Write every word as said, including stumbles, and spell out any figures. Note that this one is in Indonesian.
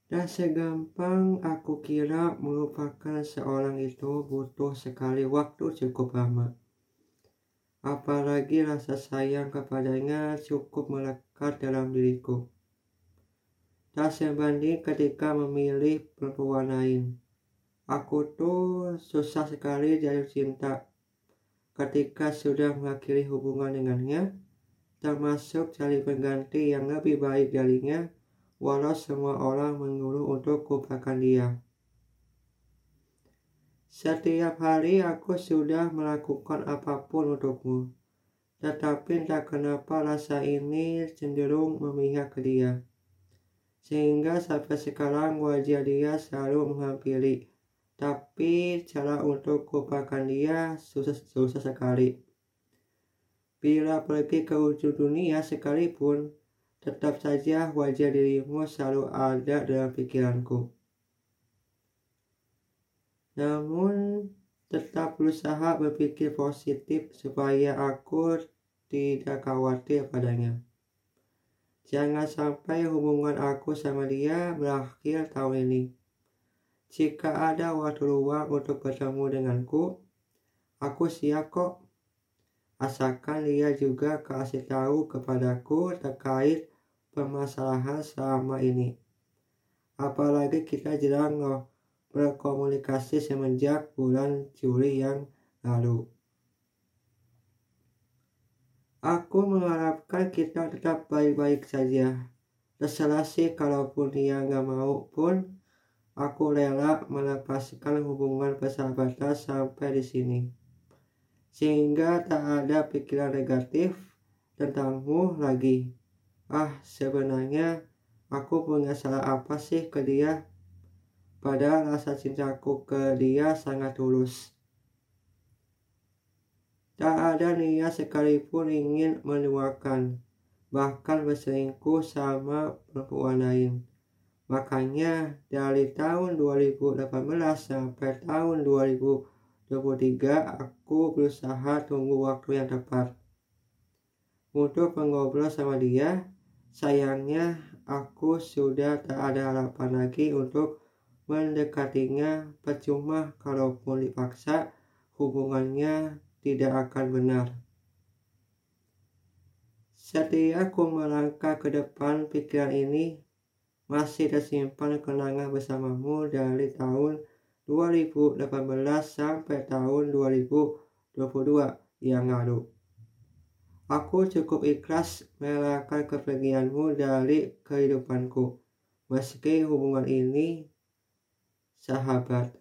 Dan segampang aku kira melupakan seorang itu butuh sekali waktu cukup lama. Apalagi rasa sayang kepadanya cukup melekat dalam diriku. Tak sebanding ketika memilih perempuan lain. Aku tuh susah sekali jatuh cinta ketika sudah mengakhiri hubungan dengannya, termasuk cari pengganti yang lebih baik darinya, walau semua orang menyuruh untuk lupakan dia. Setiap hari aku sudah melakukan apapun untukmu, tetapi tak kenapa rasa ini cenderung memihak ke dia. Sehingga sampai sekarang wajah dia selalu menghampiri, tapi cara untuk lupakan dia susah, susah sekali. Bila pergi ke ujung dunia sekalipun, tetap saja wajah dirimu selalu ada dalam pikiranku. Namun, tetap berusaha berpikir positif supaya aku tidak khawatir padanya. Jangan sampai hubungan aku sama dia berakhir tahun ini. Jika ada waktu luang untuk bertemu denganku, aku siap kok. Asalkan dia juga kasih tahu kepadaku terkait permasalahan selama ini. Apalagi kita jarang loh berkomunikasi semenjak bulan Juli yang lalu. Aku mengharapkan kita tetap baik-baik saja. Terserah sih kalaupun dia nggak mau pun, aku rela melepaskan hubungan persahabatan sampai di sini. Sehingga tak ada pikiran negatif tentangmu lagi. Ah, sebenarnya aku punya salah apa sih ke dia? Padahal rasa cintaku ke dia sangat tulus. Tak ada niat sekalipun ingin menuakan, bahkan berselingkuh sama perempuan lain. Makanya dari tahun dua ribu delapan belas sampai tahun dua ribu dua puluh tiga aku berusaha tunggu waktu yang tepat untuk mengobrol sama dia. Sayangnya aku sudah tak ada harapan lagi untuk mendekatinya. Percuma kalaupun dipaksa, hubungannya tidak akan benar. Setiap aku melangkah ke depan, pikiran ini masih tersimpan kenangan bersamamu dari tahun dua ribu delapan belas sampai tahun dua ribu dua puluh dua yang lalu. Aku cukup ikhlas merelakan kepergianmu dari kehidupanku, meski hubungan ini sahabat.